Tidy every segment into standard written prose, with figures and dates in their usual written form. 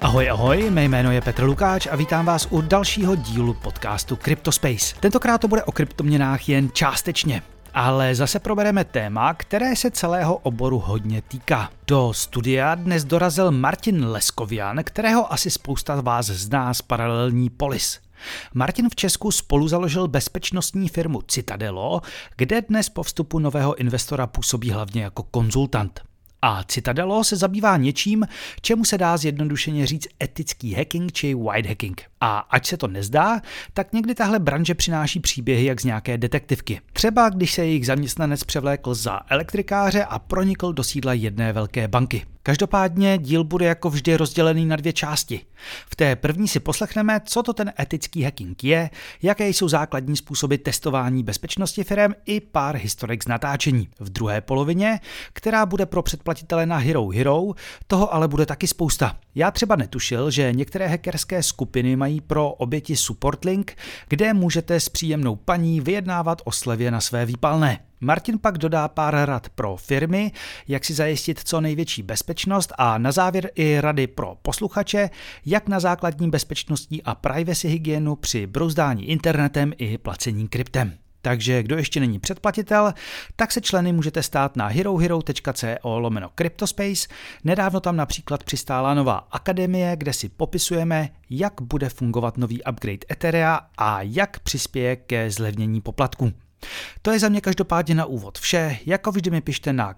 Ahoj, ahoj, mé jméno je Petr Lukáč a vítám vás u dalšího dílu podcastu CryptoSpace. Tentokrát to bude o kryptoměnách jen částečně, ale zase probereme téma, které se celého oboru hodně týká. Do studia dnes dorazil Martin Leskovian, kterého asi spousta vás zná z Paralelní Polis. Martin v Česku spoluzaložil bezpečnostní firmu Citadelo, kde dnes po vstupu nového investora působí hlavně jako konzultant. A Citadelo se zabývá něčím, čemu se dá zjednodušeně říct etický hacking či white hacking. A ať se to nezdá, tak někdy tahle branže přináší příběhy jak z nějaké detektivky. Třeba když se jejich zaměstnanec převlékl za elektrikáře a pronikl do sídla jedné velké banky. Každopádně díl bude jako vždy rozdělený na dvě části. V té první si poslechneme, co to ten etický hacking je, jaké jsou základní způsoby testování bezpečnosti firem i pár historek z natáčení. V druhé polovině, která bude pro předplatitele na Hero, toho ale bude taky spousta. Já třeba netušil, že některé hackerské skupiny mají pro oběti support link, kde můžete s příjemnou paní vyjednávat o slevě na své výpalné. Martin pak dodá pár rad pro firmy, jak si zajistit co největší bezpečnost a na závěr i rady pro posluchače, jak na základní bezpečnostní a privacy hygienu při brouzdání internetem i placení kryptem. Takže kdo ještě není předplatitel, tak se členy můžete stát na herohero.co/CryptoSpace. Nedávno tam například přistála nová akademie, kde si popisujeme, jak bude fungovat nový upgrade Etherea a jak přispěje ke zlevnění poplatků. To je za mě každopádně na úvod vše. Jako vždy mi pište na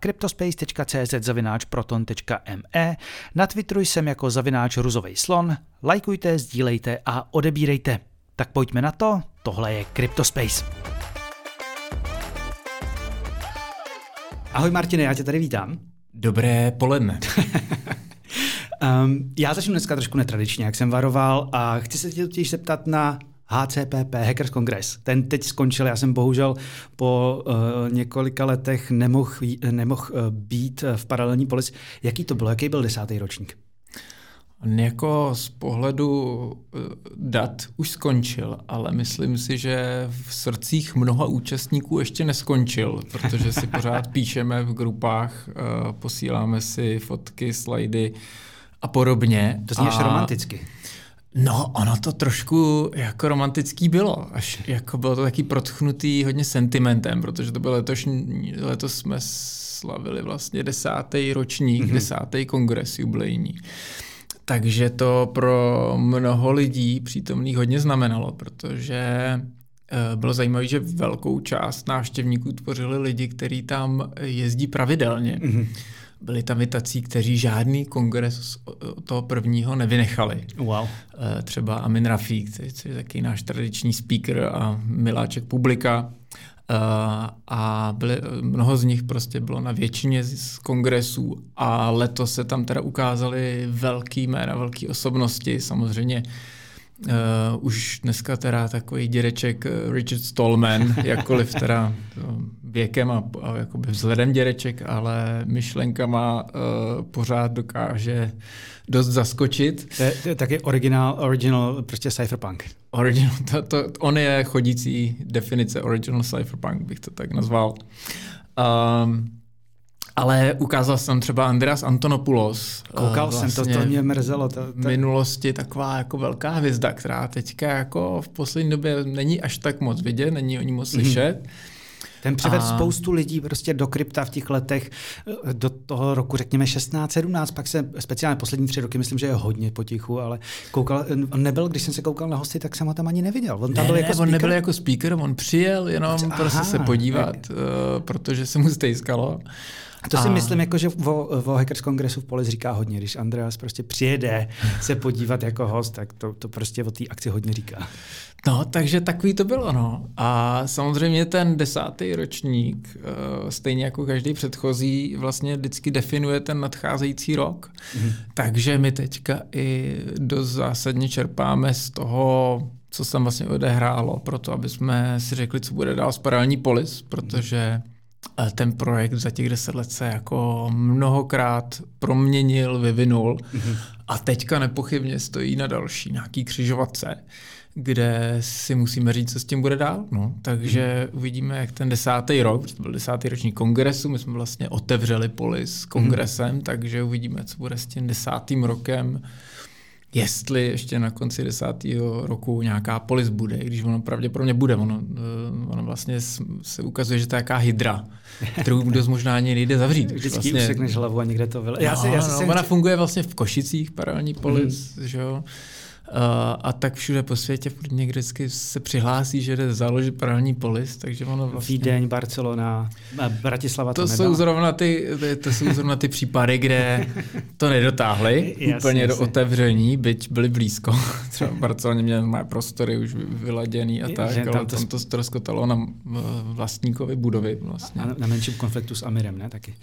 cryptospace.cz/proton.me, na Twitteru jsem jako @ruzovej slon, lajkujte, sdílejte a odebírejte. Tak pojďme na to, tohle je CryptoSpace. Ahoj Martine, já tě tady vítám. Dobré poledne. Já začnu dneska trošku netradičně, jak jsem varoval, a chci se tě totiž zeptat na HCPP, Hackers Congress. Ten teď skončil, já jsem bohužel po několika letech nemohl být v Paralelní Polis. Jaký to bylo? Jaký byl 10. ročník? On jako z pohledu dat už skončil, ale myslím si, že v srdcích mnoha účastníků ještě neskončil, protože si pořád píšeme v grupách, posíláme si fotky, slajdy a podobně. To zní až romanticky. No, ono to trošku jako romantický bylo. Až jako bylo to taky protchnutý hodně sentimentem, protože to bylo letos jsme slavili vlastně 10. ročník, 10. kongres jubilejní. Takže to pro mnoho lidí přítomných hodně znamenalo, protože bylo zajímavé, že velkou část návštěvníků tvořili lidi, kteří tam jezdí pravidelně. Byli tam i tací, kteří žádný kongres toho prvního nevynechali. Wow. Třeba Amin Rafík, což je taky náš tradiční speaker a miláček publika. A mnoho z nich prostě bylo na většině z kongresů a letos se tam teda ukázaly velký jména, velké osobnosti, samozřejmě už dneska teda takový dědeček Richard Stallman, jakkoliv teda věkem a jakoby vzhledem dědeček, ale myšlenkama pořád dokáže dost zaskočit. To je taky original prostě cypherpunk. Original, on je chodící definice original cypherpunk, bych to tak nazval. Ale ukázal jsem třeba Andreas Antonopoulos. Koukal vlastně jsem, to mě mrzelo. V minulosti taková jako velká hvězda, která teďka jako v poslední době není až tak moc vidět, není o ní moc slyšet. Ten přivedl spoustu lidí prostě do krypta v těch letech do toho roku, řekněme 16, 17, pak se speciálně poslední 3 roky, myslím, že je hodně potichu, ale koukal, on nebyl, když jsem se koukal na hosty, tak jsem ho tam ani neviděl. On nebyl jako speaker, on přijel jenom prostě se podívat, protože se mu stejskalo. A to si myslím, jako, že o Hackers Kongresu v Polis říká hodně. Když Andreas prostě přijede se podívat jako host, tak to prostě o té akci hodně říká. No, takže takový to bylo, no. A samozřejmě ten 10. ročník, stejně jako každý předchozí, vlastně vždycky definuje ten nadcházející rok. Takže my teďka i dost zásadně čerpáme z toho, co se tam vlastně odehrálo, proto aby jsme si řekli, co bude dál s Paralelní Polis, protože ten projekt za těch 10 let se jako mnohokrát proměnil, vyvinul a teďka nepochybně stojí na další nějaký křižovatce, kde si musíme říct, co s tím bude dál. No, takže uvidíme, jak ten 10. rok, protože to byl 10. ročník kongresu, my jsme vlastně otevřeli Polis kongresem, takže uvidíme, co bude s tím 10. rokem. jestli ještě na konci 10. roku nějaká polis bude, když ono pravděpodobně bude. Ono vlastně se ukazuje, že to je jaká hydra, kterou dost možná ani nejde zavřít. Vždycky vlastně usekneš hlavu a někde to ona funguje vlastně v Košicích, paralelní polis, že jo. A tak všude po světě někde vždycky se přihlásí, že jde založit paralelní polis, takže ono vlastně... Vídeň, Barcelona, Bratislava to jsou zrovna ty případy, kde to nedotáhli úplně do otevření, byť byli blízko. Třeba v Barceloně měli moje prostory už vyladěný a tak, ale tam to ztroskotalo na vlastníkovi budovy vlastně. A na menším konfliktu s Amirem, ne? Taky.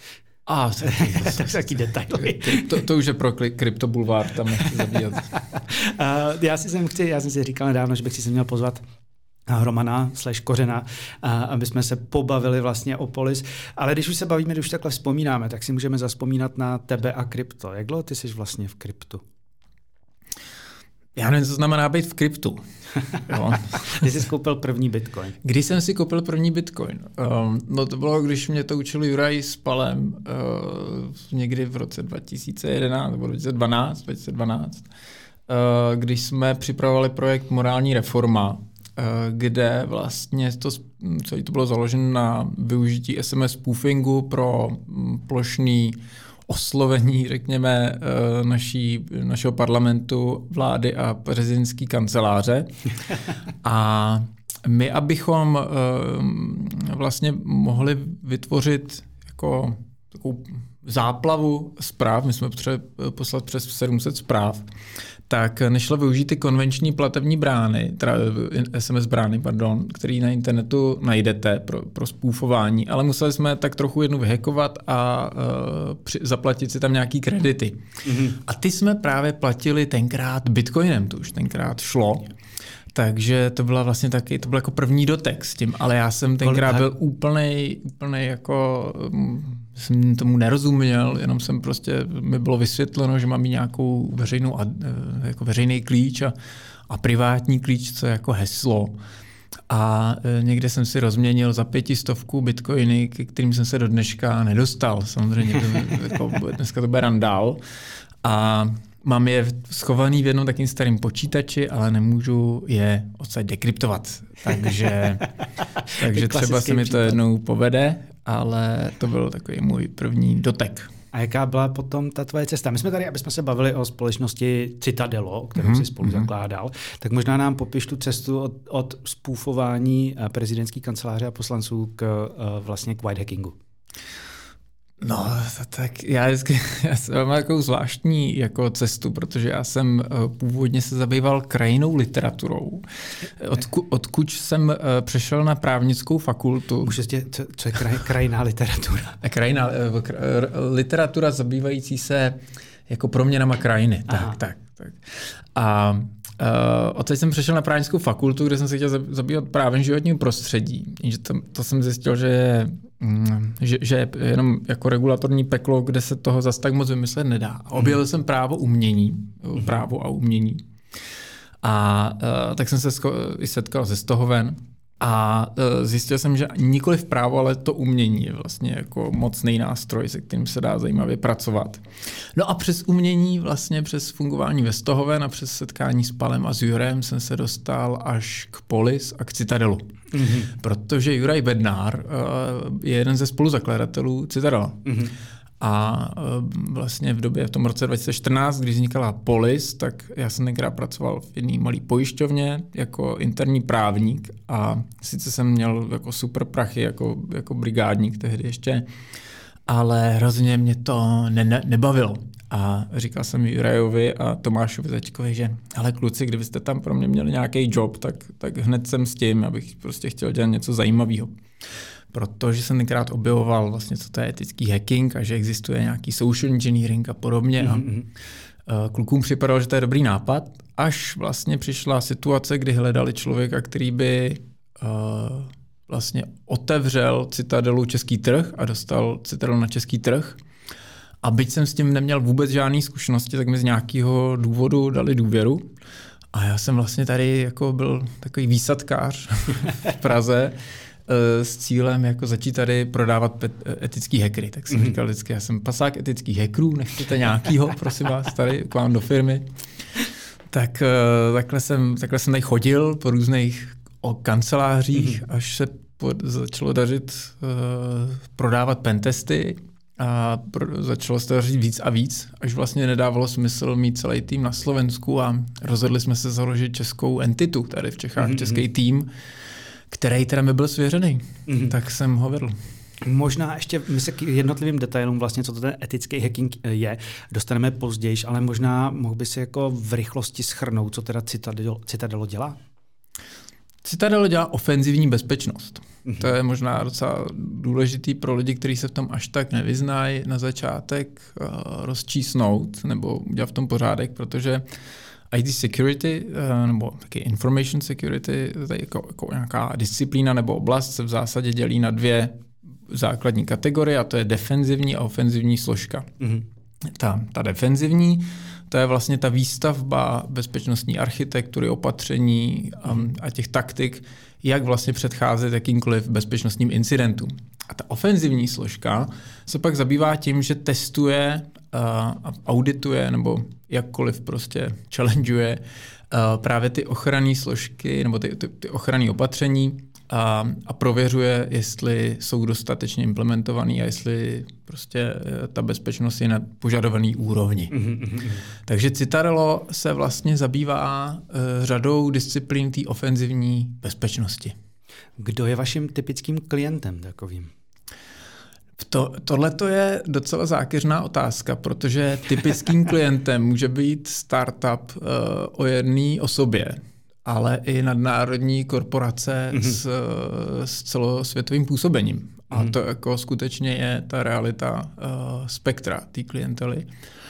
Taky detaily. To už je pro kryptobulvár, tam nechci zabíjat. Já jsem si říkal nedávno, že bych si měl pozvat Romana / Kořena, aby jsme se pobavili vlastně o polis. Ale když už se bavíme, když už takhle vzpomínáme, tak si můžeme zazpomínat na tebe a krypto. Jak dlouho ty jsi vlastně v kryptu? Já nevím, co znamená být v kryptu. Kdy jsi koupil první bitcoin? Když jsem si koupil první bitcoin? No to bylo, když mě to učil Juraj s Palem někdy v roce 2011 nebo 2012, když jsme připravovali projekt Morální reforma, kde vlastně celé to bylo založeno na využití SMS spoofingu pro plošný oslovení, řekněme, našeho parlamentu, vlády a prezidentské kanceláře. A my, abychom vlastně mohli vytvořit jako takovou záplavu zpráv, my jsme potřebovali poslat přes 700 zpráv, tak nešlo využít ty konvenční platební brány, teda SMS brány, který na internetu najdete pro spoofování, ale museli jsme tak trochu jednu vyhackovat a zaplatit si tam nějaký kredity. Mm-hmm. A ty jsme právě platili tenkrát bitcoinem, to už tenkrát šlo. Takže to byla vlastně taky, to byl jako první dotek s tím, ale já jsem tenkrát byl úplnej jako, jsem tomu nerozuměl, jenom jsem prostě, mi bylo vysvětleno, že mám mít nějakou veřejný klíč a privátní klíč, co je jako heslo. A někde jsem si rozměnil za 500 bitcoiny, k kterým jsem se do dneška nedostal. Samozřejmě jako, dneska to bude randál. A mám je schovaný v jednom takým starým počítači, ale nemůžu je odsaď dekryptovat. Takže třeba se mi to jednou povede, ale to byl takový můj první dotek. A jaká byla potom ta tvoje cesta? My jsme tady, aby jsme se bavili o společnosti Citadelo, kterou si spolu zakládal, tak možná nám popiš tu cestu od spoofování prezidentské kanceláře a poslanců k whitehackingu. No, tak já mám takovou zvláštní jako cestu, protože já jsem původně se zabýval krajinnou literaturou. Odkud jsem přešel na právnickou fakultu. Co je krajinná literatura? Literatura zabývající se jako proměnama krajiny. Tak. A odteď jsem přešel na právnickou fakultu, kde jsem se chtěl zabývat právem životního prostředí. To jsem zjistil, že je jenom jako regulatorní peklo, kde se toho zas tak moc vymyslet nedá. Objevil jsem právo a umění. A tak jsem se i setkal se Stohoven a zjistil jsem, že nikoliv právo, ale to umění je vlastně jako mocný nástroj, se kterým se dá zajímavě pracovat. No a přes umění, vlastně přes fungování ve Stohoven a přes setkání s Palem a s Jurem jsem se dostal až k Polis a k Citadelu. Mm-hmm. Protože Juraj Bednár je jeden ze spoluzakladatelů Citadela. Mm-hmm. A vlastně v tom roce 2014, když vznikala Polis, tak já jsem tenkrát pracoval v jedné malé pojišťovně jako interní právník a sice jsem měl jako super prachy jako brigádník tehdy ještě, ale hrozně mě to nebavilo. A říkal jsem Jurajovi a Tomášovi Začkovi, že ale kluci, kdybyste tam pro mě měli nějaký job, tak hned jsem s tím, abych prostě chtěl dělat něco zajímavého. Protože jsem tenkrát objevoval vlastně, co to je etický hacking a že existuje nějaký social engineering a podobně. Mm-hmm. A klukům připadalo, že to je dobrý nápad, až vlastně přišla situace, kdy hledali člověka, který by vlastně otevřel Citadelu český trh a dostal Citadelu na český trh. A byť jsem s tím neměl vůbec žádné zkušenosti, tak mi z nějakého důvodu dali důvěru. A já jsem vlastně tady jako byl takový výsadkář v Praze, s cílem jako začít tady prodávat etický hackery. Tak jsem říkal vždycky, já jsem pasák etických hackerů, nechcete nějakýho, prosím vás, tady k vám do firmy. Tak takhle jsem tady chodil po různých kancelářích, až se začalo dařit prodávat pentesty a začalo se dařit víc a víc, až vlastně nedávalo smysl mít celý tým na Slovensku a rozhodli jsme se založit českou entitu tady v Čechách, český tým, který teda mi byl svěřený. Tak jsem ho vedl. Možná ještě my se k jednotlivým detailům vlastně, co to ten etický hacking je, dostaneme později, ale možná mohl by si jako v rychlosti shrnout, co teda Citadelo dělá? Citadelo dělá ofenzivní bezpečnost. To je možná docela důležitý pro lidi, kteří se v tom až tak nevyznají na začátek rozčísnout nebo udělat v tom pořádek, protože IT security nebo taky information security, to je jako nějaká disciplína nebo oblast, se v zásadě dělí na dvě základní kategorie a to je defenzivní a ofenzivní složka. Ta defenzivní, to je vlastně ta výstavba bezpečnostní architektury, opatření a těch taktik, jak vlastně předcházet jakýmkoliv bezpečnostním incidentům. A ta ofenzivní složka se pak zabývá tím, že testuje a audituje nebo jakkoliv prostě challengeuje právě ty ochranné složky nebo ty ochranné opatření a prověřuje, jestli jsou dostatečně implementovaný a jestli prostě ta bezpečnost je na požadovaný úrovni. Takže Citadelo se vlastně zabývá řadou disciplín té ofenzivní bezpečnosti. Kdo je vaším typickým klientem takovým? Tohle je docela zákeřná otázka, protože typickým klientem může být startup o jedné osobě, ale i nadnárodní korporace s celosvětovým působením. A to jako skutečně je ta realita spektra té klientely.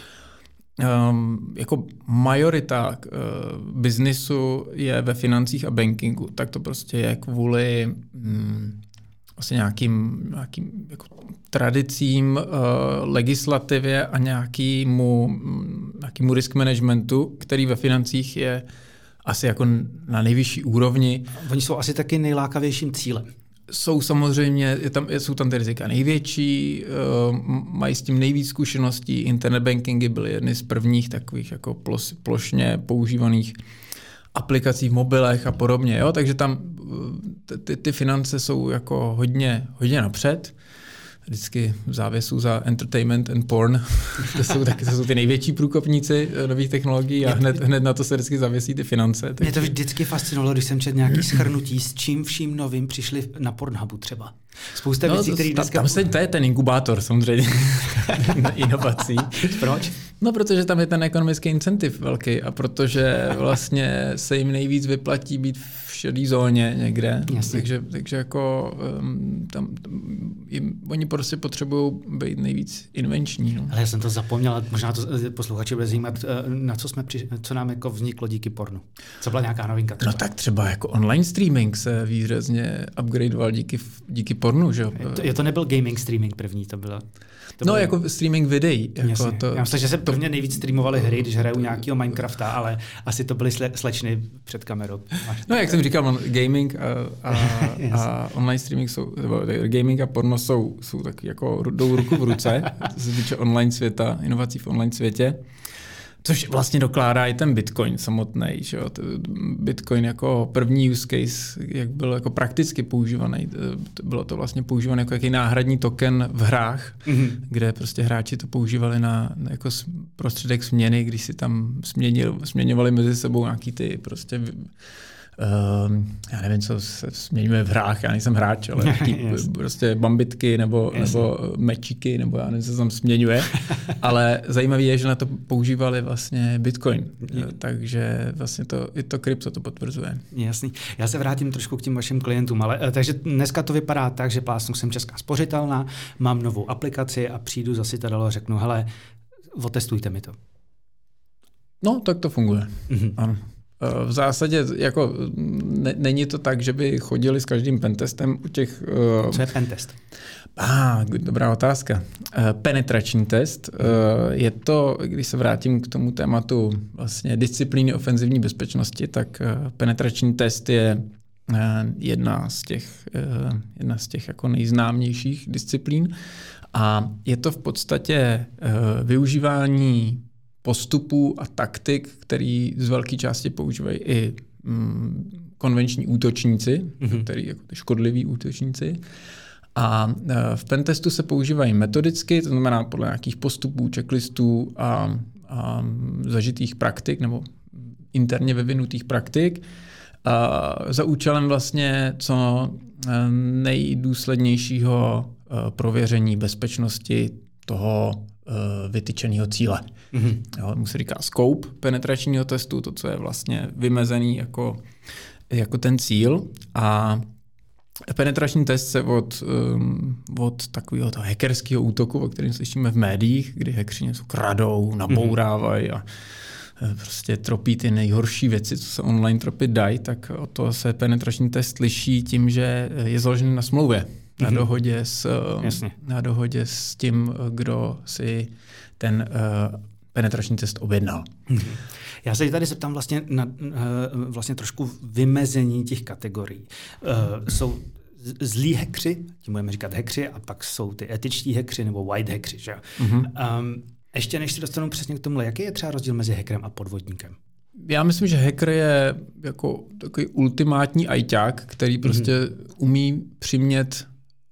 Jako majorita biznisu je ve financích a bankingu, tak to prostě je kvůli vlastně nějakým jako tradicím, legislativě a nějakému risk managementu, který ve financích je asi jako na nejvyšší úrovni. Oni jsou asi taky nejlákavějším cílem. Jsou samozřejmě, jsou tam ty rizika největší, mají s tím nejvíc zkušeností. Internet bankingy byly jedny z prvních takových jako plošně používaných aplikací v mobilech a podobně. Jo? Takže tam ty finance jsou jako hodně napřed. Vždycky v závěsu za entertainment and porn. To jsou ty největší průkopníci nových technologií a hned na to se vždycky zavěsí ty finance. Mě to vždycky fascinovalo, když jsem četl nějaký shrnutí, s čím vším novým přišli na Pornhubu třeba. Spousta věcí, které dneska... To je ten inkubátor samozřejmě inovací. Proč? No, protože tam je ten ekonomický incentiv velký a protože vlastně se jim nejvíc vyplatí být v šedé zóně někde. Takže jako oni prostě potřebují být nejvíc invenční. No. Ale já jsem to zapomněl, možná to posluchači bude zajímat, na co nám jako vzniklo díky pornu. Co byla nějaká novinka třeba? No tak třeba jako online streaming se výrazně upgradeoval díky pornu, že jo? To nebyl gaming streaming první, to bylo... jako streaming videí. Jako já myslím, že se prvně nejvíc streamovaly hry, když hrajou nějakého Minecrafta, ale asi to byly slečny před kamerou. Jak jsem říkal, gaming a online streaming gaming a porno jsou taky jako jdou ruku v ruce, co se týče online světa, inovací v online světě. Což vlastně dokládá i ten Bitcoin samotný. Bitcoin jako první use case, jak byl jako prakticky používaný. Bylo to vlastně používané jako jaký náhradní token v hrách, kde prostě hráči to používali jako prostředek směny, když si tam směňovali mezi sebou nějaký ty prostě já nevím, co se směňuje v hrách, já nejsem hráč, ale prostě bambitky nebo mečíky, nebo já nevím, co se tam směňuje. Ale zajímavé je, že na to používali vlastně Bitcoin. Takže vlastně i to krypto to potvrzuje. Jasný. Já se vrátím trošku k těm vašim klientům, ale takže dneska to vypadá tak, že plásnu jsem Česká spořitelna, mám novou aplikaci a přijdu za Citadelo a řeknu, hele, otestujte mi to. No, tak to funguje. Ano. V zásadě jako není to tak, že by chodili s každým pentestem u těch... Co je pentest? Dobrá otázka. Penetrační test je to, když se vrátím k tomu tématu vlastně disciplíny ofenzivní bezpečnosti, tak penetrační test je jedna z těch jako nejznámějších disciplín a je to v podstatě využívání postupů a taktik, který z velké části používají i konvenční útočníci, který jako ty škodliví útočníci. A v pentestu se používají metodicky, to znamená podle nějakých postupů, checklistů a zažitých praktik nebo interně vyvinutých praktik za účelem vlastně co nejdůslednějšího prověření bezpečnosti toho vytyčeného cíle. Jo, mu se říká scope penetračního testu, to, co je vlastně vymezený jako ten cíl. A penetrační test se od takového toho hackerského útoku, o kterém slyšíme v médiích, kdy hackři něco kradou, nabourávají a prostě tropí ty nejhorší věci, co se online tropit dají, tak o to se penetrační test liší tím, že je založený na smlouvě. Na dohodě s tím, kdo si ten penetrační test objednal. Já se tady zeptám vlastně na vlastně trošku vymezení těch kategorií. Jsou zlí hackři, tím budeme říkat hackři, a pak jsou ty etičtí hackři nebo white hackři. Že? Ještě než se dostanu přesně k tomuhle, jaký je třeba rozdíl mezi hackerem a podvodníkem? Já myslím, že hacker je jako takový ultimátní ajťák, který prostě umí přimět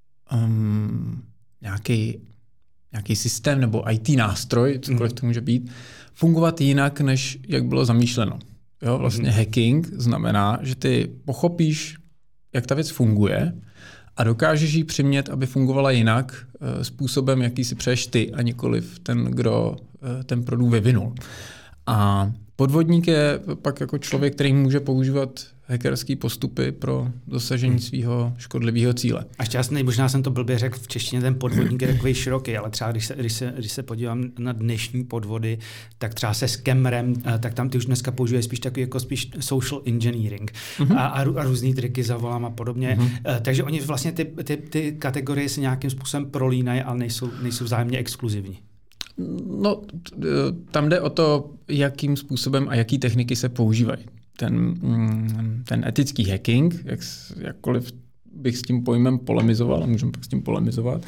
nějaký systém nebo IT nástroj, cokoliv to může být, fungovat jinak, než jak bylo zamýšleno. Jo, vlastně hacking znamená, že ty pochopíš, jak ta věc funguje a dokážeš ji přimět, aby fungovala jinak způsobem, jaký si přeješ ty a nikoliv ten, kdo ten produkt vyvinul. A podvodník je pak jako člověk, který může používat hackerský postupy pro dosažení svého škodlivého cíle. A šťastný, možná jsem to blbě řekl, v češtině ten podvodník je takový široký, ale třeba když se podívám na dnešní podvody, tak třeba se scammerem, tak tam ty už dneska používají spíš takový jako spíš social engineering a různý triky zavolám a podobně. Takže oni vlastně ty kategorie se nějakým způsobem prolínají, ale nejsou vzájemně exkluzivní. No, tam jde o to, jakým způsobem a jaký techniky se používají. Ten etický hacking, jakkoliv bych s tím pojmem polemizoval, a můžeme pak s tím polemizovat,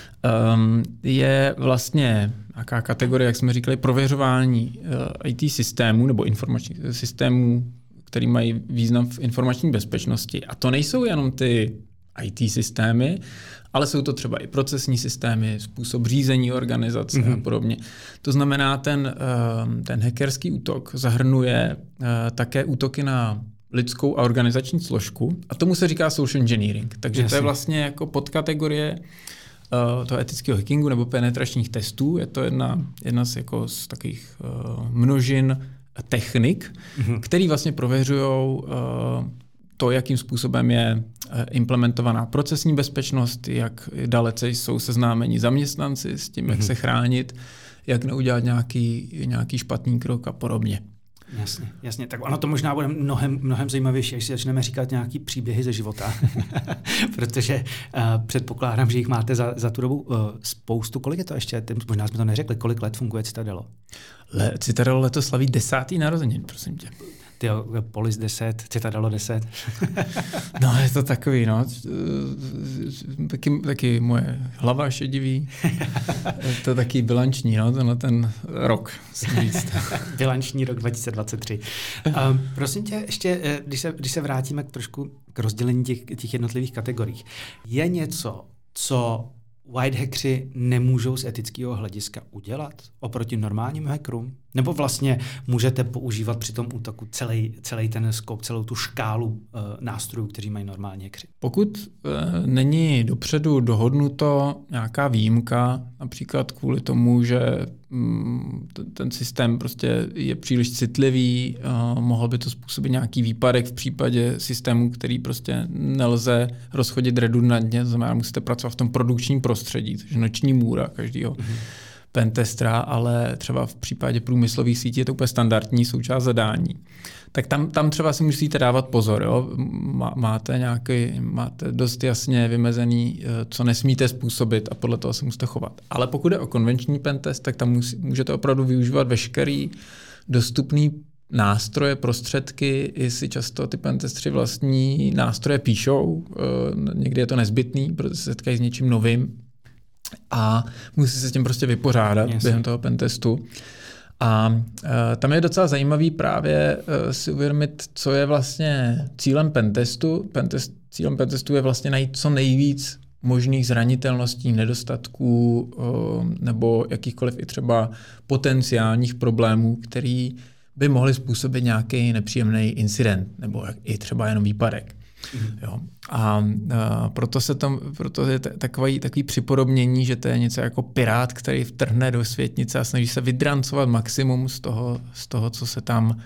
je vlastně nějaká kategorie, jak jsme říkali, prověřování IT systémů nebo informačních systémů, který mají význam v informační bezpečnosti. A to nejsou jenom ty IT systémy, ale jsou to třeba i procesní systémy, způsob řízení organizace a podobně. To znamená, ten hackerský útok zahrnuje také útoky na lidskou a organizační složku a tomu se říká social engineering. Takže to je vlastně jako podkategorie toho etického hackingu nebo penetračních testů. Je to jedna z takových množin technik, který vlastně prověřují to, jakým způsobem je implementovaná procesní bezpečnost, jak dalece jsou seznámeni zaměstnanci s tím, jak se chránit, jak neudělat nějaký špatný krok a podobně. Jasně. Tak ono to možná bude mnohem zajímavější, až si začneme říkat nějaký příběhy ze života. Protože předpokládám, že jich máte za tu dobu spoustu. Kolik je to ještě? Možná jsme to neřekli. Kolik let funguje Citadelo? Citadelo letos slaví 10. narozeniny, prosím tě. Tyjo, Polis 10, Citadelo 10. No, je to takový, no. Taky moje hlava šediví. Je to taky bilanční, no, ten rok. Bilanční rok 2023. Prosím tě, ještě, když se vrátíme trošku k rozdělení těch jednotlivých kategorií. Je něco, co white hackři nemůžou z etického hlediska udělat oproti normálním hackerům? Nebo vlastně můžete používat při tom útoku celý ten scope, celou tu škálu nástrojů, kteří mají normální hackři? Pokud není dopředu dohodnuto nějaká výjimka, například kvůli tomu, že ten systém prostě je příliš citlivý, mohl by to způsobit nějaký výpadek v případě systému, který prostě nelze rozchodit redundantně, to znamená, musíte pracovat v tom produkčním prostředí, což je noční můra každého pentestra, ale třeba v případě průmyslových sítí je to úplně standardní součást zadání. Tak tam třeba si musíte dávat pozor. Jo? Máte dost jasně vymezený, co nesmíte způsobit a podle toho se musíte chovat. Ale pokud je o konvenční pentest, tak tam můžete opravdu využívat veškerý dostupný nástroje, prostředky, i si často ty pentestři vlastní nástroje píšou. Někdy je to nezbytný, protože se setkají s něčím novým a musí se s tím prostě vypořádat během toho pentestu. A tam je docela zajímavý právě si uvědomit, co je vlastně cílem pentestu. Cílem pentestu je vlastně najít co nejvíc možných zranitelností, nedostatků nebo jakýchkoliv i třeba potenciálních problémů, který by mohly způsobit nějaký nepříjemný incident nebo i třeba jenom výpadek. Jo. A proto je takový připodobnění, že to je něco jako pirát, který vtrhne do světnice a snaží se vydrancovat maximum z toho, co se tam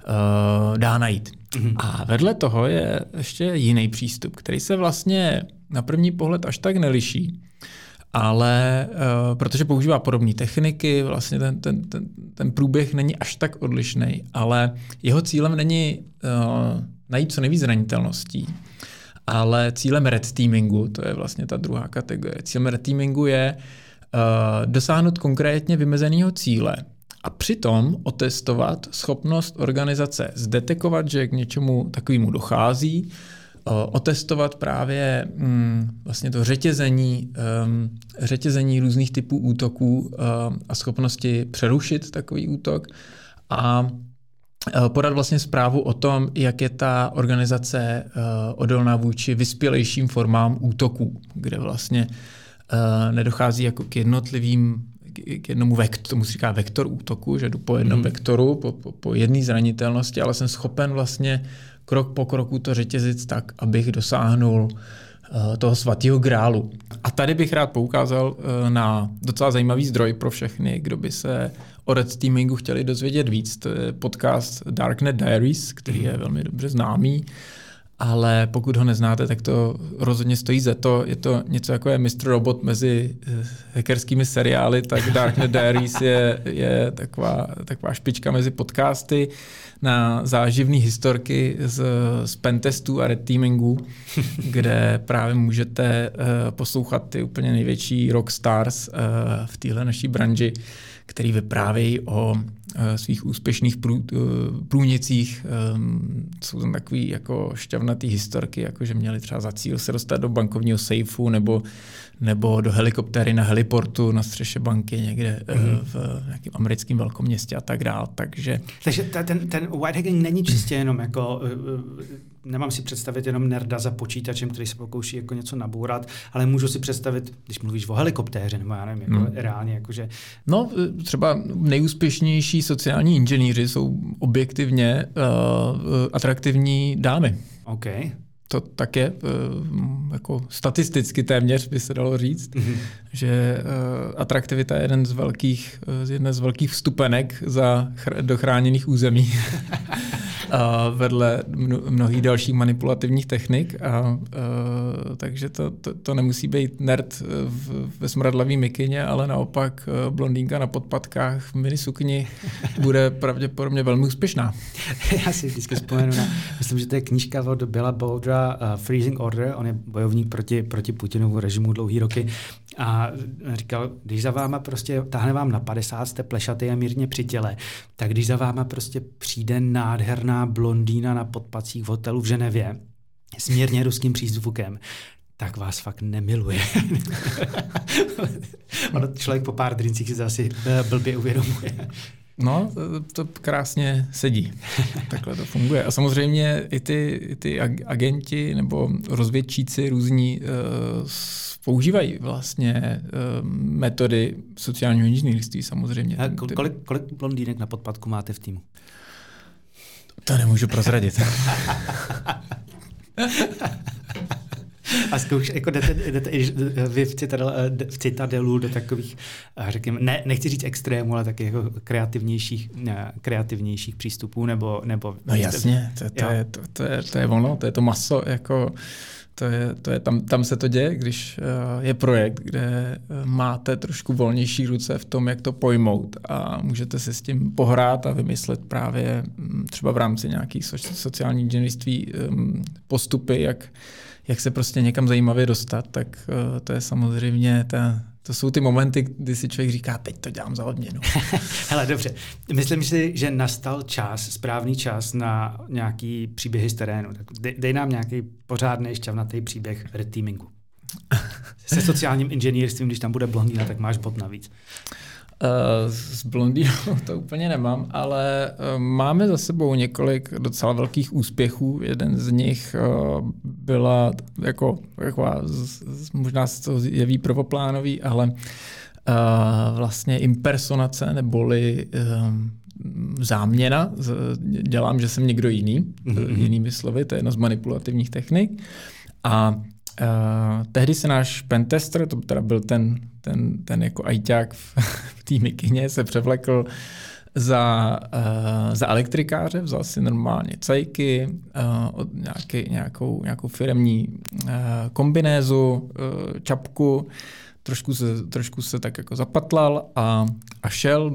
dá najít. A vedle toho je ještě jiný přístup, který se vlastně na první pohled až tak neliší, ale protože používá podobné techniky, vlastně ten průběh není až tak odlišný, ale jeho cílem není najít co nejvíc zranitelností, ale cílem red teamingu, to je vlastně ta druhá kategorie, cílem red teamingu je dosáhnout konkrétně vymezeného cíle a přitom otestovat schopnost organizace zdetekovat, že k něčemu takovému dochází, otestovat právě vlastně to řetězení různých typů útoků a schopnosti přerušit takový útok a podat vlastně zprávu o tom, jak je ta organizace odolná vůči vyspělejším formám útoků, kde vlastně nedochází jako k jednomu vektoru, tomu se říká vektor útoku, že jdu po jednom vektoru, po jedné zranitelnosti, ale jsem schopen vlastně krok po kroku to řetězit tak, abych dosáhnul toho svatého grálu. A tady bych rád poukázal na docela zajímavý zdroj pro všechny, kdo by se o red teamingu chtěli dozvědět víc. To je podcast Darknet Diaries, který je velmi dobře známý, ale pokud ho neznáte, tak to rozhodně stojí za to. Je to něco jako je Mr. Robot mezi hackerskými seriály, tak Darknet Diaries je taková špička mezi podcasty na záživné historky z pentestů a red teamingu, kde právě můžete poslouchat ty úplně největší rockstars v téhle naší branži, který vyprávějí o svých úspěšných průnicích. Jsou tam takový jako šťavnatý historky, jako že měli třeba za cíl se dostat do bankovního sejfu nebo do helikoptéry na heliportu na střeše banky někde v nějakém americkém velkoměstě a tak dál. Takže ten white hacking není čistě jenom jako, nemám si představit jenom nerda za počítačem, který se pokouší jako něco nabourat, ale můžu si představit, když mluvíš o helikoptéře, nebo já nevím, jako reálně, jakože... No, třeba nejúspěšnější sociální inženýři jsou objektivně atraktivní dámy. OK. To tak je, jako statisticky téměř by se dalo říct, že atraktivita je jedna z velkých vstupenek do chráněných území vedle mnohých dalších manipulativních technik. Takže to nemusí být nerd ve smradlavý mikině, ale naopak blondýnka na podpatkách v minisukni bude pravděpodobně velmi úspěšná. Já si vždycky vzpomenu myslím, že to je knížka od Billa Bowdera Freezing Order, on je bojovník proti Putinovu režimu dlouhý roky a říkal, když za váma prostě táhne vám na 50, jste plešatý a mírně při těle, tak když za váma prostě přijde nádherná blondýna na podpacích v hotelu v Ženevě s mírně ruským přízvukem, tak vás fakt nemiluje. Ono člověk po pár drincích si zase blbě uvědomuje. No, to krásně sedí. Takhle to funguje. A samozřejmě i ty agenti nebo rozvědčíci různí používají vlastně metody sociálního inženýrství samozřejmě. A kolik blondýnek na podpatku máte v týmu? To nemůžu prozradit. A zkouš, jako jdete vy v Citadelu do takových, řekněme, nechci říct extrémů, ale taky jako kreativnějších přístupů, nebo no jasně, to je ono, to je to maso, jako to je tam se to děje, když je projekt, kde máte trošku volnější ruce v tom, jak to pojmout a můžete se s tím pohrát a vymyslet právě třeba v rámci nějakých sociální inženýrství postupy, jak se prostě někam zajímavě dostat, tak to je samozřejmě to jsou ty momenty, kdy si člověk říká, teď to dělám za odměnu. Hele, dobře. Myslím si, že nastal správný čas na nějaký příběhy z terénu. Dej nám nějaký pořádný šťavnatý příběh red teamingu. Se sociálním inženýrstvím, když tam bude blondýna, tak máš bod navíc. S blondýnou to úplně nemám, ale máme za sebou několik docela velkých úspěchů. Jeden z nich byla taková, možná se to jeví prvoplánový, ale vlastně impersonace neboli záměna. Dělám, že jsem někdo jiný, jinými slovy, to je jedna z manipulativních technik. A tehdy se náš pentester, to teda byl ten jako ajťák v té mikině, se převlekl za elektrikáře, vzal si normálně cajky, nějakou firemní kombinézu, čapku, trošku se tak jako zapatlal a šel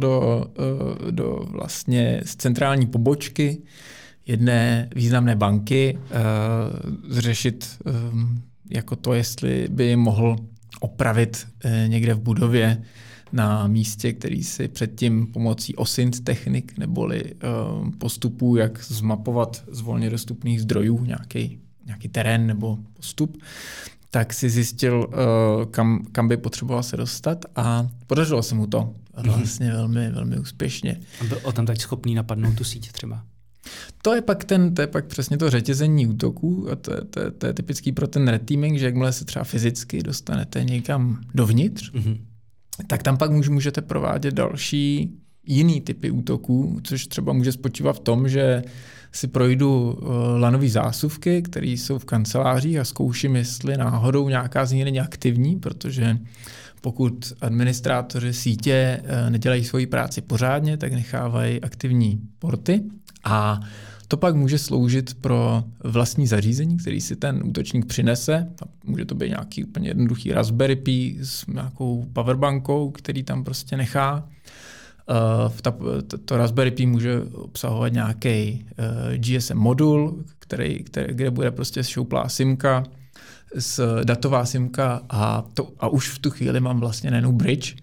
do vlastně z centrální pobočky jedné významné banky řešit jako to, jestli by mohl opravit někde v budově na místě, který si předtím pomocí OSINT technik neboli postupů, jak zmapovat z volně dostupných zdrojů nějaký terén nebo postup, tak si zjistil, kam by potřeboval se dostat a podařilo se mu to vlastně velmi, velmi úspěšně. A byl tam tak schopný napadnout tu síť třeba? To je pak přesně to řetězení útoků a to je typický pro ten red teaming, že jakmile se třeba fyzicky dostanete někam dovnitř, tak tam pak můžete provádět další jiný typy útoků, což třeba může spočívat v tom, že si projdu lanové zásuvky, které jsou v kancelářích a zkouším, jestli náhodou nějaká z nich není aktivní, protože pokud administrátoři sítě nedělají svoji práci pořádně, tak nechávají aktivní porty a to pak může sloužit pro vlastní zařízení, který si ten útočník přinese. Může to být nějaký úplně jednoduchý Raspberry Pi s nějakou powerbankou, který tam prostě nechá. To Raspberry Pi může obsahovat nějaký GSM modul, kde bude prostě šouplá simka, datová simka a už v tu chvíli mám vlastně nejenom bridge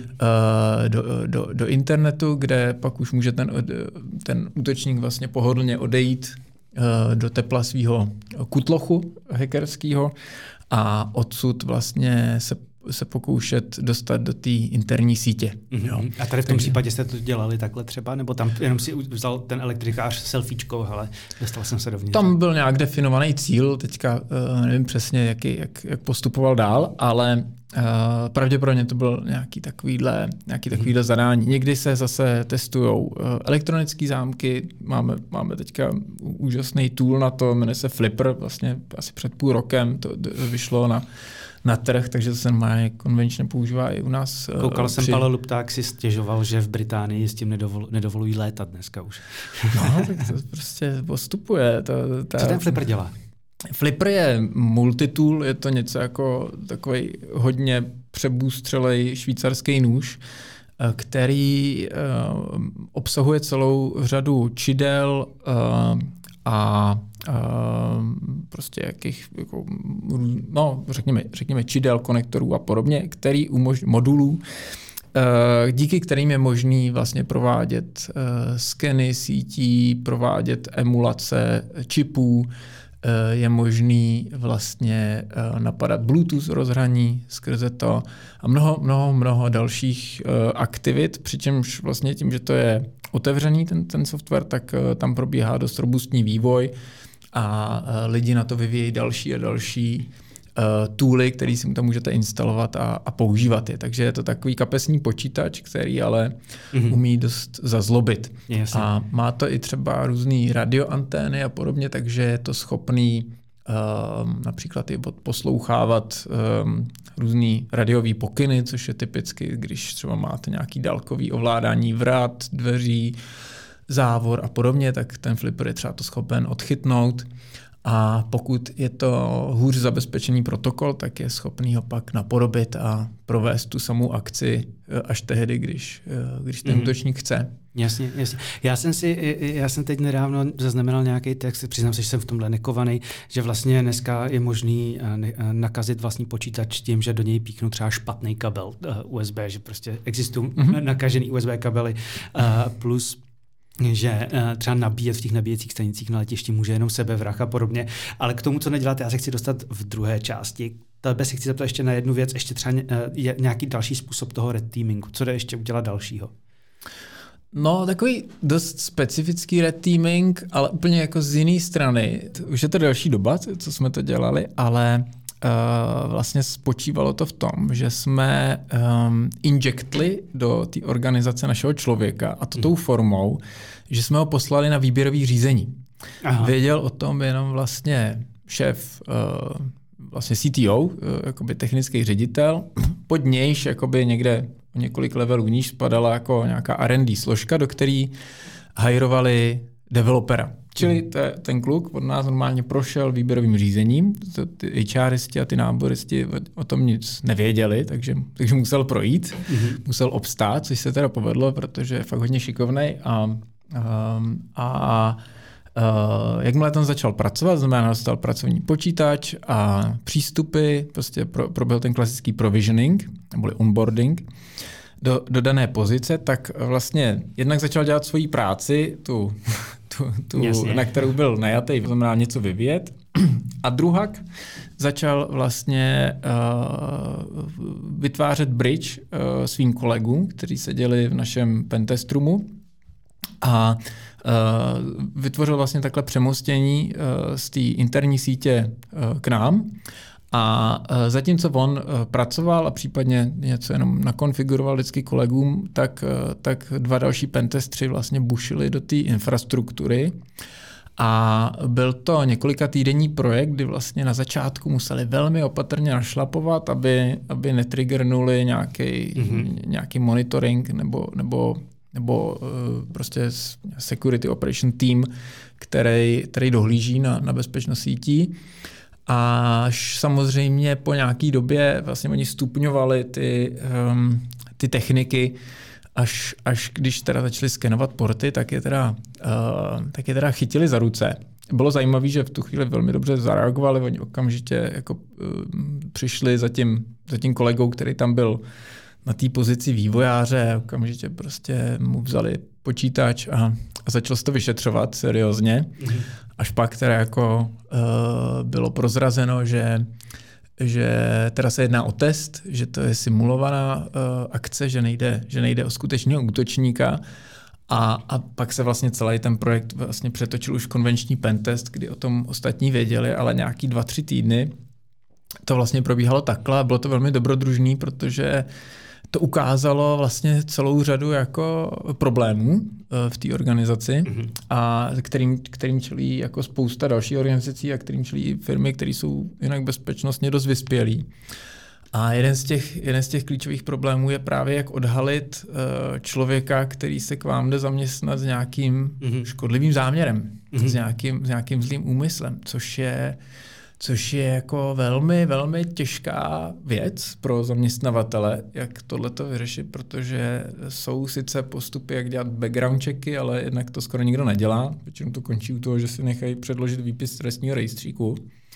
do internetu, kde pak už může ten útočník vlastně pohodlně odejít do tepla svého kutlochu hackerského a odsud vlastně se pokoušet dostat do té interní sítě. Jo. A tady v tom případě jste to dělali takhle třeba? Nebo tam jenom si vzal ten elektrikář selfiečkou, ale dostal jsem se dovnitř? Tam byl nějak definovaný cíl, teďka nevím přesně, jak postupoval dál, ale pravděpodobně to byl nějaký takovýhle zadání. Někdy se zase testujou elektronické zámky, máme teďka úžasný tool na to, jmenuje se Flipper, vlastně asi před půl rokem to vyšlo na trh, takže to se normálně konvenčně používá i u nás. Koukal jsem, Pavel Lupták si stěžoval, že v Británii s tím nedovolují létat dneska už. No, tak to prostě postupuje. Co ten Flipper dělá? Flipper je multitool, je to něco jako takový hodně přebůstřelej švýcarský nůž, který obsahuje celou řadu čidel a prostě jakých, jako, no, řekněme čidel, konektorů a podobně, který modulů, díky kterým je možný vlastně provádět skeny sítí, provádět emulace čipů, je možný vlastně napadat Bluetooth rozhraní skrze to a mnoho dalších aktivit, přičemž vlastně tím, že to je otevřený ten software, tak tam probíhá dost robustní vývoj a lidi na to vyvíjejí další a další tooly, který si tam můžete instalovat a používat je. Takže je to takový kapesní počítač, který ale umí dost zazlobit. Jasně. A má to i třeba různý radioantény a podobně, takže je to schopný například i poslouchávat různý radiový pokyny, což je typicky, když třeba máte nějaký dálkový ovládání vrat, dveří, závor a podobně, tak ten Flipper je třeba to schopen odchytnout. A pokud je to hůř zabezpečený protokol, tak je schopný ho pak napodobit a provést tu samou akci až tehdy, když ten útočník chce. Jasně. Já jsem teď nedávno zaznamenal nějaký text, přiznám se, že jsem v tomhle nekovaný, že vlastně dneska je možný nakazit vlastní počítač tím, že do něj píknu třeba špatný kabel USB, že prostě existují nakažený USB kabely plus že třeba nabíjet v těch nabíjecích stanicích na letišti může jenom sebevrah a podobně. Ale k tomu, co neděláte, já se chci dostat v druhé části. Tebe si chci zeptat ještě na jednu věc, ještě třeba je nějaký další způsob toho red teamingu. Co jde ještě udělat dalšího? No, takový dost specifický red teaming, ale úplně jako z jiné strany. Už je to další doba, co jsme to dělali, ale vlastně spočívalo to v tom, že jsme injektli do té organizace našeho člověka a to tou formou, že jsme ho poslali na výběrový řízení. Aha. Věděl o tom jenom vlastně šéf vlastně CTO, jakoby technický ředitel, pod nějž jakoby někde několik levelů níž spadala jako nějaká R&D složka, do které hajrovali developera. Čili ten kluk od nás normálně prošel výběrovým řízením, ty HRisti a ty náboristi o tom nic nevěděli, takže musel projít, musel obstát, což se teda povedlo, protože je fakt hodně šikovnej a jakmile tam začal pracovat, znamená, dostal pracovní počítač a přístupy, prostě proběhl ten klasický provisioning, neboli onboarding, do dané pozice, tak vlastně jednak začal dělat svoji práci, tu na kterou byl najatý, znamená něco vyvíjet, a druhak začal vlastně vytvářet bridge svým kolegům, kteří seděli v našem pentestrumu a vytvořil vlastně takhle přemostění z té interní sítě k nám. A zatímco on pracoval a případně něco jenom nakonfiguroval vždycky kolegům, tak dva další pentestři vlastně bušili do té infrastruktury. A byl to několika týdenní projekt, kdy vlastně na začátku museli velmi opatrně našlapovat, aby netriggernuli nějaký monitoring nebo prostě security operation team, který dohlíží na bezpečnost sítí. Až samozřejmě po nějaký době vlastně oni stupňovali ty techniky, až když teda začali skenovat porty, tak je teda chytili za ruce. Bylo zajímavé, že v tu chvíli velmi dobře zareagovali, oni okamžitě jako přišli za tím kolegou, který tam byl na té pozici vývojáře, okamžitě prostě mu vzali počítač a začal se to vyšetřovat seriózně. Až pak teda jako bylo prozrazeno, že teda se jedná o test, že to je simulovaná akce, že nejde o skutečného útočníka. A pak se vlastně celý ten projekt vlastně přetočil už konvenční pentest, kdy o tom ostatní věděli, ale nějaký 2-3 týdny to vlastně probíhalo takhle. Bylo to velmi dobrodružný, protože to ukázalo vlastně celou řadu jako problémů v té organizaci, a kterým čelí jako spousta dalších organizací a kterým čelí firmy, které jsou jinak bezpečnostně dost vyspělý. A jeden z těch klíčových problémů je právě, jak odhalit člověka, který se k vám jde zaměstnat s nějakým škodlivým záměrem, s nějakým zlým úmyslem, což je jako velmi, velmi těžká věc pro zaměstnavatele, jak tohleto vyřešit, protože jsou sice postupy, jak dělat background checky, ale jednak to skoro nikdo nedělá. Většinou to končí u toho, že si nechají předložit výpis z trestního rejstříku.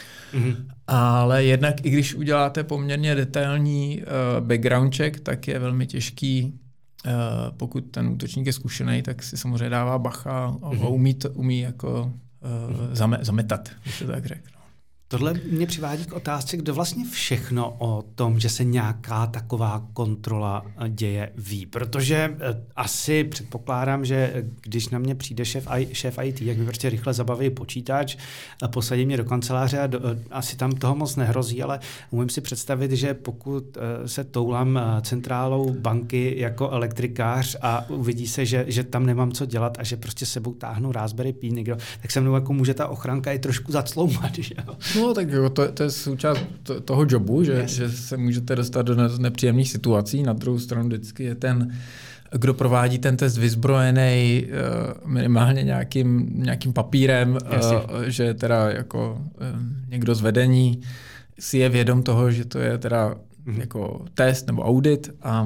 Ale jednak, i když uděláte poměrně detailní background check, tak je velmi těžký, pokud ten útočník je zkušený, tak si samozřejmě dává bacha a umí jako zametat, když to tak řeknu. Tohle mě přivádí k otázce, kdo vlastně všechno o tom, že se nějaká taková kontrola děje, ví. Protože asi předpokládám, že když na mě přijde šéf IT, jak mi prostě rychle zabaví počítač, posadí mě do kanceláře a asi tam toho moc nehrozí, ale umím si představit, že pokud se toulám centrálou banky jako elektrikář a uvidí se, že tam nemám co dělat a že prostě sebou táhnu Raspberry Pi někdo, tak se mnou jako může ta ochranka i trošku zacloumat. Že jo? No, tak jo, to je součást toho jobu, že se můžete dostat do nepříjemných situací. Na druhou stranu vždycky je ten, kdo provádí ten test, vyzbrojený minimálně nějakým papírem, že teda jako někdo z vedení si je vědom toho, že to je teda jako test nebo audit a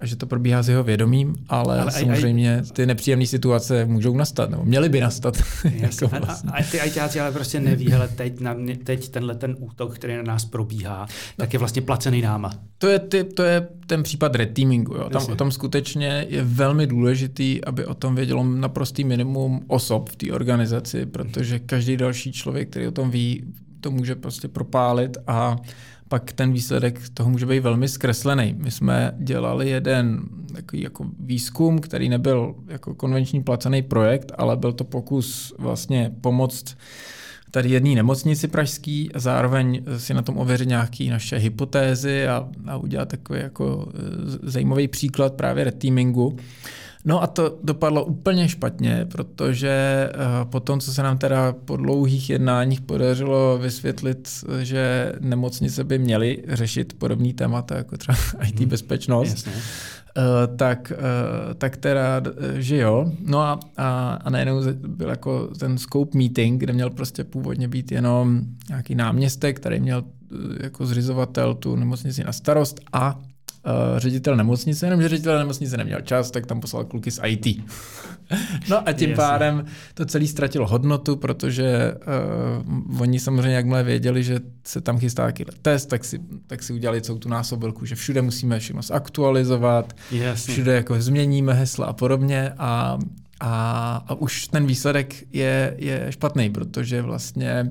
a že to probíhá s jeho vědomím, ale samozřejmě ty nepříjemné situace můžou nastat, nebo měly by nastat. Jako vlastně. A ty ajťáci ale prostě neví, hele, teď tenhle ten útok, který na nás probíhá, tak je vlastně placený náma. To je ten případ red teamingu. Jo. Tam skutečně je velmi důležitý, aby o tom vědělo naprostý minimum osob v té organizaci, protože každý další člověk, který o tom ví, to může prostě propálit a pak ten výsledek toho může být velmi zkreslený. My jsme dělali jeden takový jako výzkum, který nebyl jako konvenční placený projekt, ale byl to pokus vlastně pomoct tady jedné nemocnici pražský a zároveň si na tom ověřit nějaké naše hypotézy a udělat takový jako zajímavý příklad právě red teamingu. No a to dopadlo úplně špatně, protože po tom, co se nám teda po dlouhých jednáních podařilo vysvětlit, že nemocnice by měly řešit podobný témata, jako třeba IT bezpečnost, tak teda, že jo. No a najednou byl jako ten scope meeting, kde měl prostě původně být jenom nějaký náměstek, který měl jako zřizovatel tu nemocnici na starost a ředitel nemocnice, jenomže ředitel nemocnice neměl čas, tak tam poslal kluky z IT. No a tím pádem to celé ztratilo hodnotu, protože oni samozřejmě jakmile věděli, že se tam chystá nějaký test, tak si udělali celou tu násobilku, že všude musíme všechno zaktualizovat, všude jako změníme hesla a podobně a už ten výsledek je špatný, protože vlastně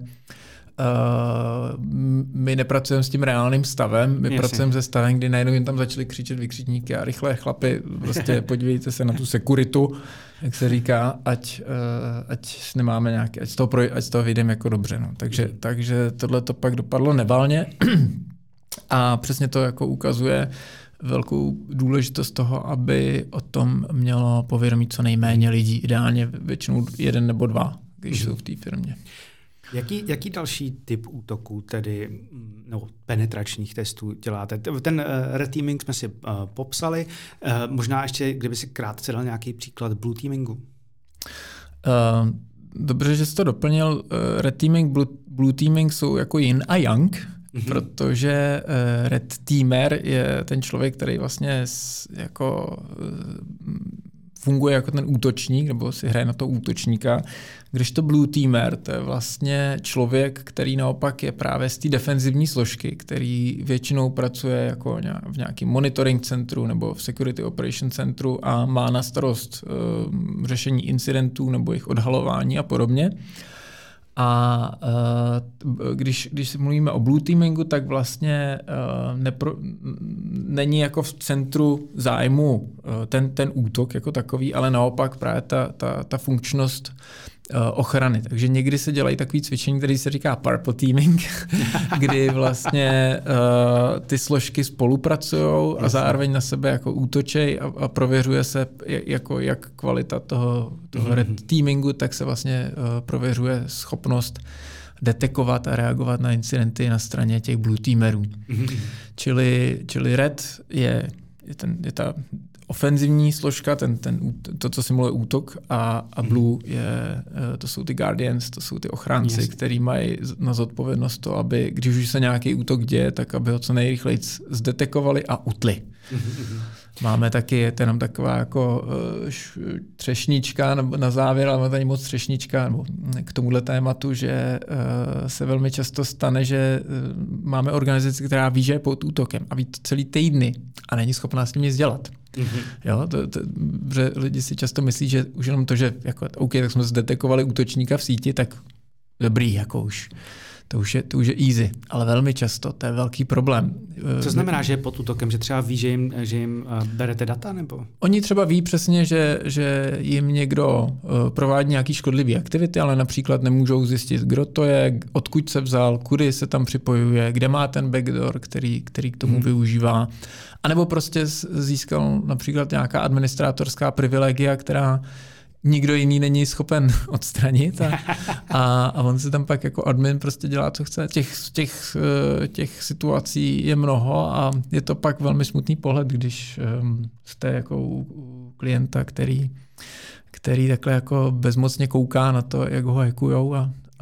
my nepracujeme s tím reálným stavem, my pracujeme se stavem, kdy najednou jim tam začali křičet vykřičníky a rychle chlapi, prostě podívejte se na tu sekuritu, jak se říká, ať nemáme nějaké, ať z toho vyjdeme jako dobře. No. Takže tohle to pak dopadlo nevalně a přesně to jako ukazuje velkou důležitost toho, aby o tom mělo povědomí co nejméně lidí, ideálně většinou 1 nebo 2, když jsou v té firmě. Jaký další typ útoků, tedy penetračních testů děláte? Ten red teaming jsme si popsali. Možná ještě, kdyby si krátce dal nějaký příklad blue teamingu? Dobře, že jsi to doplnil. Red teaming, blue teaming jsou jako yin a yang, protože red teamer je ten člověk, který vlastně jako funguje jako ten útočník, nebo si hraje na to útočníka, když to blue teamer, to je vlastně člověk, který naopak je právě z té defenzivní složky, který většinou pracuje jako v nějakém monitoring centru nebo v security operation centru a má na starost řešení incidentů nebo jejich odhalování a podobně. A když si mluvíme o blue teamingu, tak vlastně není jako v centru zájmu ten útok jako takový, ale naopak právě ta funkčnost ochrany. Takže někdy se dělají takový cvičení, který se říká purple teaming, kdy vlastně ty složky spolupracují a zároveň na sebe jako útočej a prověřuje se jako jak kvalita toho red teamingu, tak se vlastně prověřuje schopnost detekovat a reagovat na incidenty na straně těch blue teamerů. Čili red je ta ofenzivní složka, to, co simuluje útok, a blue to jsou ty guardians, to jsou ty ochránci, kteří mají na zodpovědnost to, aby, když už se nějaký útok děje, tak aby ho co nejrychleji zdetekovali a utli. Máme taky, je to jenom taková jako třešnička na závěr, ale tady moc třešnička nebo k tomuhle tématu, že se velmi často stane, že máme organizaci, která ví, že je pod útokem a ví to celý týdny a není schopná s ním nic dělat. Jo, protože lidi si často myslí, že už jenom to, že jako, OK, tak jsme zdetekovali útočníka v síti, tak dobrý, jako už. To už je easy, ale velmi často to je velký problém. Co znamená, že je pod útokem, že třeba ví, že jim berete data? Nebo? Oni třeba ví přesně, že jim někdo provádí nějaký škodlivý aktivity, ale například nemůžou zjistit, kdo to je, odkud se vzal, kudy se tam připojuje, kde má ten backdoor, který k tomu využívá. A nebo prostě získal například nějaká administrátorská privilegia, která nikdo jiný není schopen odstranit a on se tam pak jako admin prostě dělá, co chce. Těch situací je mnoho a je to pak velmi smutný pohled, když jste jako u klienta, který takhle jako bezmocně kouká na to, jak ho hackujou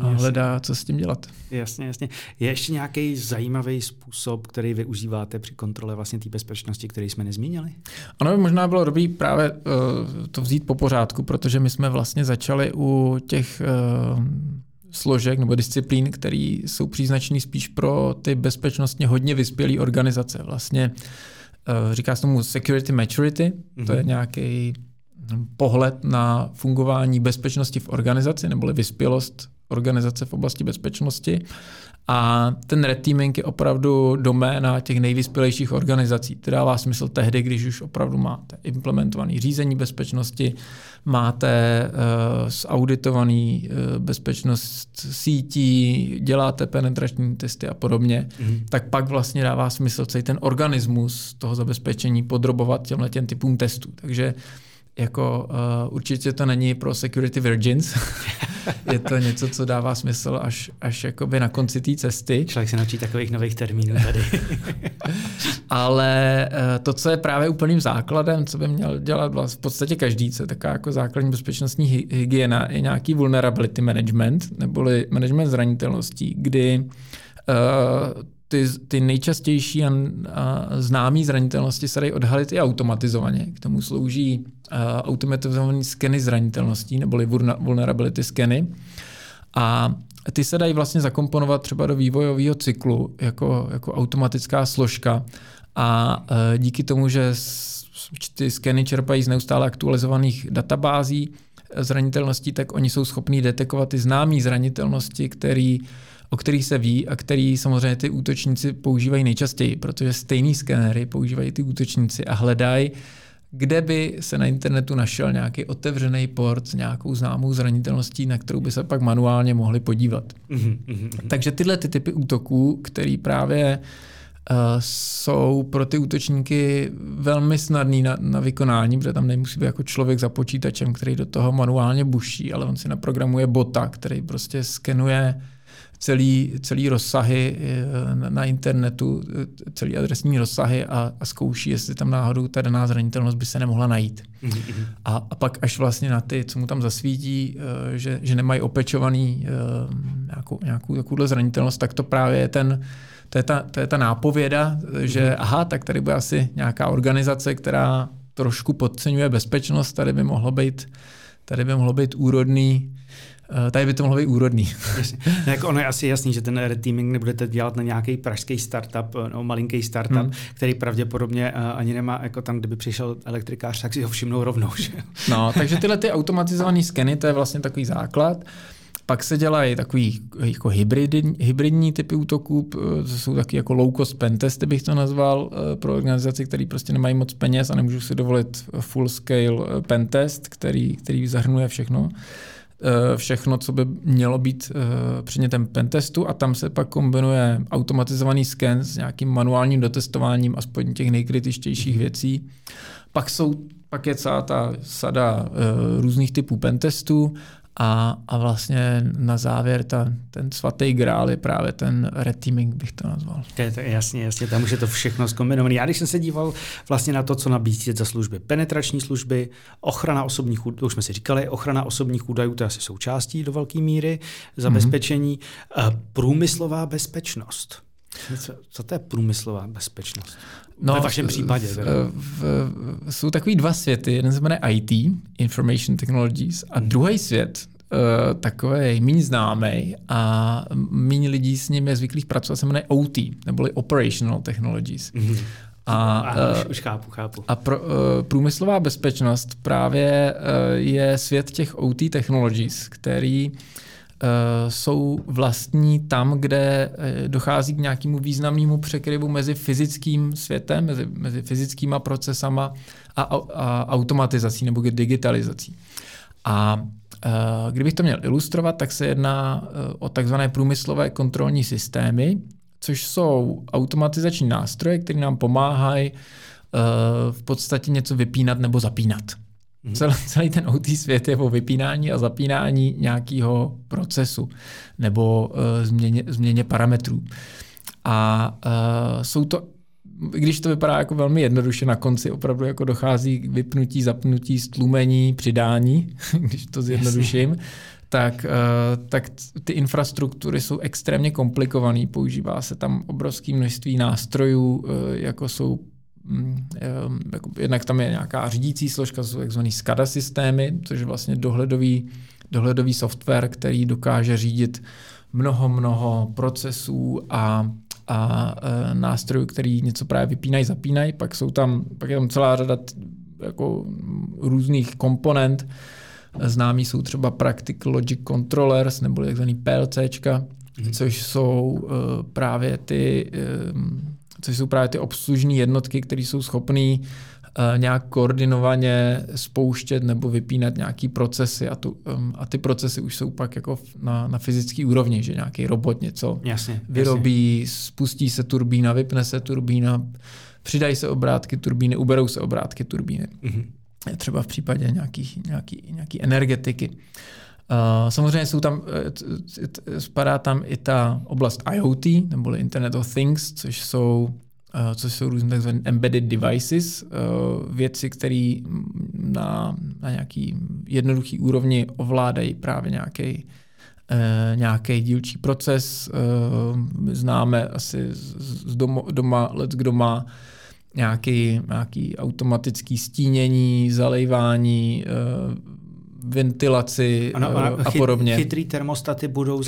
a hledá, co s tím dělat. Jasně. Je ještě nějaký zajímavý způsob, který využíváte při kontrole vlastně té bezpečnosti, který jsme nezmínili? Ono by možná bylo dobré právě to vzít po pořádku, protože my jsme vlastně začali u těch složek nebo disciplín, které jsou příznačný spíš pro ty bezpečnostně hodně vyspělé organizace. Vlastně říká se tomu security maturity, to je nějaký pohled na fungování bezpečnosti v organizaci, neboli vyspělost organizace v oblasti bezpečnosti. A ten red teaming je opravdu doména těch nejvyspělejších organizací. To dává smysl tehdy, když už opravdu máte implementované řízení bezpečnosti, máte zauditovaný bezpečnost sítí, děláte penetrační testy a podobně, tak pak vlastně dává smysl celý ten organismus toho zabezpečení podrobovat těmhletěm typům testů. Takže jako určitě to není pro security virgins. Je to něco, co dává smysl až jakoby na konci té cesty. Člověk se naučí takových nových termínů tady. Ale to, co je právě úplným základem, co by měl dělat v podstatě každý, co je taková jako základní bezpečnostní hygiena, je nějaký vulnerability management, neboli management zranitelností, kdy ty nejčastější a známé zranitelnosti se dají odhalit i automatizovaně. K tomu slouží automatizované skeny zranitelností, neboli vulnerability skeny. A ty se dají vlastně zakomponovat třeba do vývojového cyklu jako automatická složka. A díky tomu, že ty skeny čerpají z neustále aktualizovaných databází zranitelností, tak oni jsou schopní detekovat ty známé zranitelnosti, o kterých se ví a který samozřejmě ty útočníci používají nejčastěji, protože stejný skenery používají ty útočníci a hledají, kde by se na internetu našel nějaký otevřený port s nějakou známou zranitelností, na kterou by se pak manuálně mohli podívat. Takže tyhle ty typy útoků, který právě jsou pro ty útočníky velmi snadný na vykonání, protože tam nemusí být jako člověk za počítačem, který do toho manuálně buší, ale on si naprogramuje bota, který prostě skenuje celý rozsahy na internetu, celý adresní rozsahy a zkouší, jestli tam náhodou ta daná zranitelnost by se nemohla najít. A pak až vlastně na ty, co mu tam zasvítí, že nemají opečovaný nějakou takovouhle zranitelnost, tak to právě je to je ta nápověda, že aha, tak tady bude asi nějaká organizace, která trošku podceňuje bezpečnost, tady by mohlo být úrodný. Tady by to mohlo být úrodný. Jako ono je asi jasný, že ten red teaming nebudete dělat na nějaký pražský startup, no, malinký startup, který pravděpodobně ani nemá, jako tam, kdyby přišel elektrikář, tak si ho všimnou rovnou. Že? No, takže tyhle ty automatizované skeny, to je vlastně takový základ. Pak se dělají takový jako hybridní typy útoků, to jsou taky jako low-cost pentesty, bych to nazval, pro organizaci, které prostě nemají moc peněz a nemůžou si dovolit full-scale pentest, který zahrnuje všechno, co by mělo být předmětem pentestu, a tam se pak kombinuje automatizovaný sken s nějakým manuálním dotestováním aspoň těch nejkritičtějších věcí. Pak je celá ta sada různých typů pentestů a vlastně na závěr ten svatý grál je právě ten red teaming, bych to nazval. To je jasně, tam už je to všechno zkombinované. Já když jsem se díval vlastně na to, co nabízíte za služby, penetrační služby, ochrana osobních údajů, to už jsme si říkali, ochrana osobních údajů, to je asi součástí do velké míry, zabezpečení, průmyslová bezpečnost. Co to je průmyslová bezpečnost? No, ve vašem případě. Jsou takový dva světy. Jeden se jmenuje IT, Information Technologies, a druhý svět, takový méně známý a méně lidí s ním je zvyklých pracovat, se jmenuje OT, neboli Operational Technologies. Už chápu. A průmyslová bezpečnost právě je svět těch OT Technologies, který jsou vlastní tam, kde dochází k nějakému významnému překryvu mezi fyzickým světem, mezi fyzickýma procesama a automatizací nebo digitalizací. A kdybych to měl ilustrovat, tak se jedná o takzvané průmyslové kontrolní systémy, což jsou automatizační nástroje, které nám pomáhají v podstatě něco vypínat nebo zapínat. Celý ten OT svět je o vypínání a zapínání nějakého procesu nebo změně parametrů. A jsou to, když to vypadá jako velmi jednoduše, na konci opravdu jako dochází k vypnutí, zapnutí, stlumení, přidání, když to zjednoduším, tak ty infrastruktury jsou extrémně komplikované. Používá se tam obrovské množství nástrojů, jako jsou jednak tam je nějaká řídící složka, jsou takzvaný SCADA systémy, což je vlastně dohledový software, který dokáže řídit mnoho procesů a nástrojů, který něco právě vypínají, zapínají. Pak je tam celá řada jako různých komponent. Známí jsou třeba Practical Logic Controllers nebo takzvaný PLCčka, což jsou právě ty obslužné jednotky, které jsou schopné nějak koordinovaně spouštět nebo vypínat nějaký procesy a ty procesy už jsou pak jako na fyzické úrovni, že nějaký robot něco vyrobí, spustí se turbína, vypne se turbína, přidají se obrátky turbíny, uberou se obrátky turbíny. Třeba v případě nějaký energetiky. Samozřejmě spadá tam i ta oblast IoT, neboli Internet of Things, což jsou různé takzvané embedded devices, věci, které na nějaký jednoduchý úrovni ovládají právě nějaký dílčí proces. Známe asi z doma kdo má nějaký automatický stínění, zalejvání, ventilaci a podobně. Chytrý termostaty budou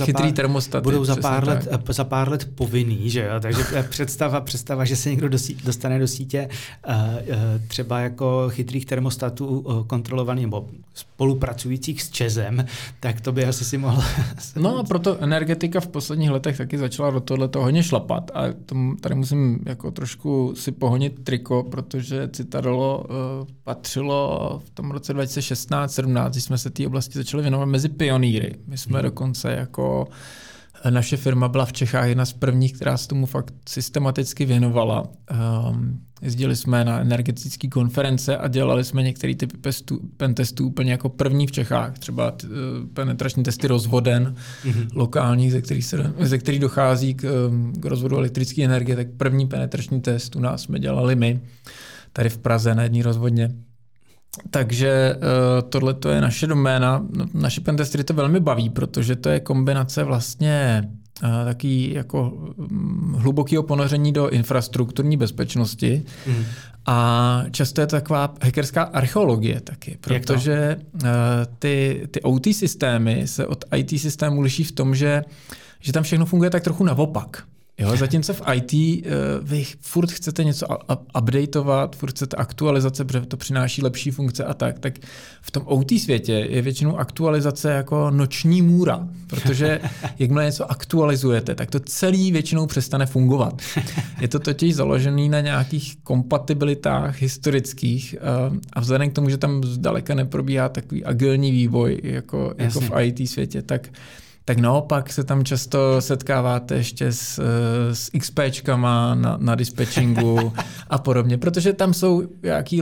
za pár let povinný, že jo? Takže představa, že se někdo dostane do sítě třeba jako chytrých termostatů kontrolovaný nebo spolupracujících s ČEZem, tak to by asi si mohl... No a proto energetika v posledních letech taky začala do tohleto hodně šlapat a tady musím jako trošku si pohonit triko, protože Citadelo patřilo v tom roce 2016-17, jsme se té oblasti začali věnovat mezi pionýry. My jsme dokonce jako naše firma byla v Čechách jedna z prvních, která se tomu fakt systematicky věnovala. Jezdili jsme na energetické konference a dělali jsme některé typy pentestů úplně jako první v Čechách. Třeba penetrační testy rozvoden lokální, ze kterých dochází k rozvodu elektrické energie, tak první penetrační test u nás jsme dělali my, tady v Praze na jedné rozvodně. Takže tohle to je naše doména. Naše pentestery to velmi baví, protože to je kombinace vlastně taky jako hlubokého ponoření do infrastrukturní bezpečnosti a často je to taková hackerská archeologie taky, protože ty OT systémy se od IT systému liší v tom, že tam všechno funguje tak trochu naopak. Jo, zatímco v IT vy furt chcete něco updateovat, furt chcete aktualizace, protože to přináší lepší funkce a tak v tom OT světě je většinou aktualizace jako noční můra, protože jakmile něco aktualizujete, tak to celý většinou přestane fungovat. Je to totiž založený na nějakých kompatibilitách historických a vzhledem k tomu, že tam zdaleka neprobíhá takový agilní vývoj jako v IT světě, tak naopak se tam často setkáváte ještě s XPčkama na dispatchingu a podobně, protože tam jsou nějaký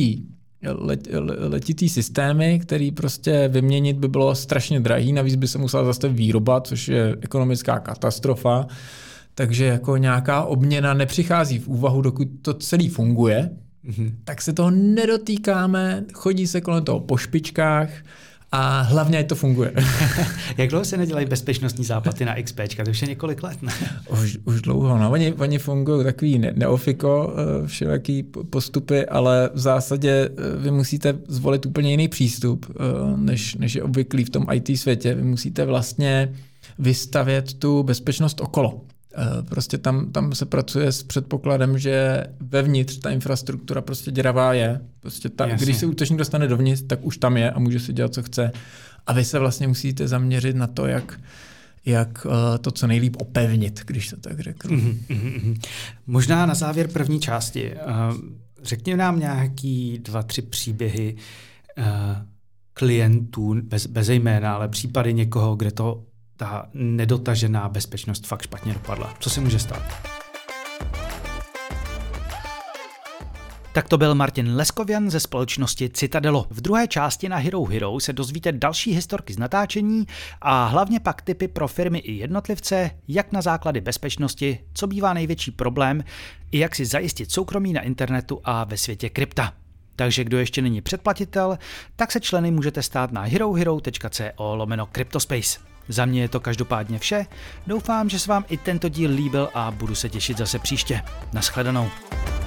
letitý systémy, který prostě vyměnit by bylo strašně drahý, navíc by se musela zastavit výroba, což je ekonomická katastrofa, takže jako nějaká obměna nepřichází v úvahu, dokud to celý funguje, tak se toho nedotýkáme, chodí se kolem toho po špičkách, a hlavně to funguje. Jak dlouho se nedělají bezpečnostní záplaty na XPčka? To už je několik let, ne? Už dlouho. No. Oni fungují takový neofiko, všelijaký postupy, ale v zásadě vy musíte zvolit úplně jiný přístup, než je obvyklý v tom IT světě. Vy musíte vlastně vystavět tu bezpečnost okolo. Prostě tam se pracuje s předpokladem, že vevnitř ta infrastruktura prostě děravá je. Prostě když se útočník dostane dovnitř, tak už tam je a může si dělat, co chce. A vy se vlastně musíte zaměřit na to, jak to co nejlíp opevnit, když to tak řeknu. Možná na závěr první části. Řekni nám nějaký 2-3 příběhy klientů, bez jména, ale případy někoho, kde to ta nedotažená bezpečnost fakt špatně dopadla. Co se může stát? Tak to byl Martin Leskovian ze společnosti Citadelo. V druhé části na Hero Hero se dozvíte další historky z natáčení a hlavně pak tipy pro firmy i jednotlivce, jak na základy bezpečnosti, co bývá největší problém, i jak si zajistit soukromí na internetu a ve světě krypta. Takže kdo ještě není předplatitel, tak se členy můžete stát na herohero.co/cryptospace. Za mě je to každopádně vše, doufám, že se vám i tento díl líbil a budu se těšit zase příště. Naschledanou.